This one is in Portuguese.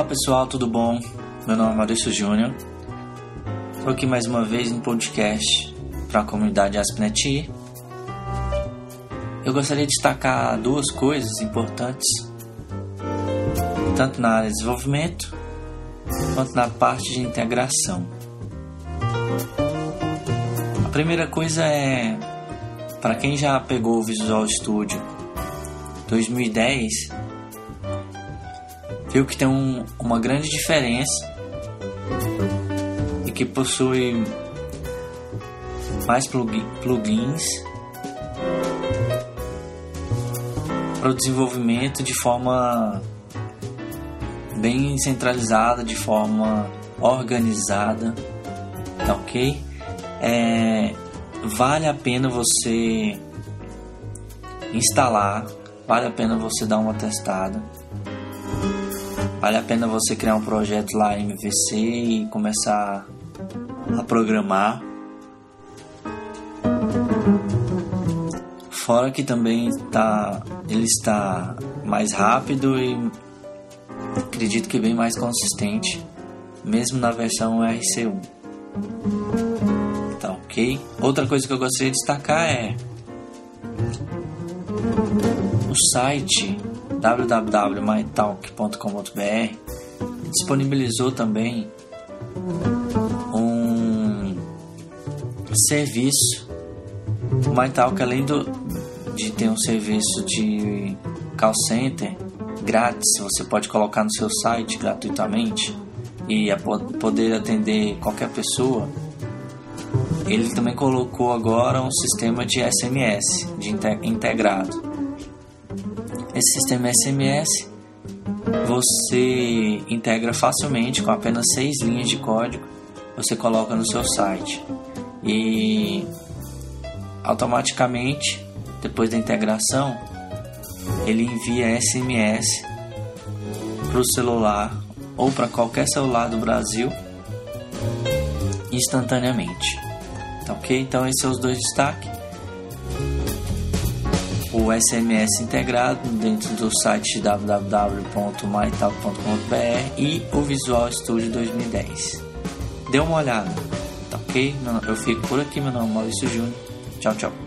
pessoal, tudo bom? Meu nome é Maurício Júnior. Estou aqui mais uma vez no podcast para a comunidade ASP.NET. Eu gostaria de destacar duas coisas importantes, tanto na área de desenvolvimento quanto na parte de integração. A primeira coisa é, para quem já pegou o Visual Studio 2010, viu que tem uma grande diferença e que possui mais plugins para o desenvolvimento de forma bem centralizada, de forma organizada, tá ok? Vale a pena você instalar, vale a pena você dar uma testada, vale a pena você criar um projeto lá em MVC e começar a programar. Fora que também ele está mais rápido e acredito que bem mais consistente, mesmo na versão RC1. Tá ok? Outra coisa que eu gostaria de destacar é o site www.mytalk.com.br disponibilizou também um serviço. O MyTalk, além de ter um serviço de call center grátis, você pode colocar no seu site gratuitamente e poder atender qualquer pessoa. Ele também colocou agora um sistema de SMS integrado. Esse sistema SMS você integra facilmente com apenas 6 linhas de código. Você coloca no seu site e automaticamente, depois da integração, ele envia SMS para o celular ou para qualquer celular do Brasil instantaneamente. Tá ok? Então esses são os dois destaques: o SMS integrado dentro do site www.mytalk.com.br e o Visual Studio 2010. Dê uma olhada, tá ok? Eu fico por aqui, meu nome é Maurício Júnior. Tchau, tchau.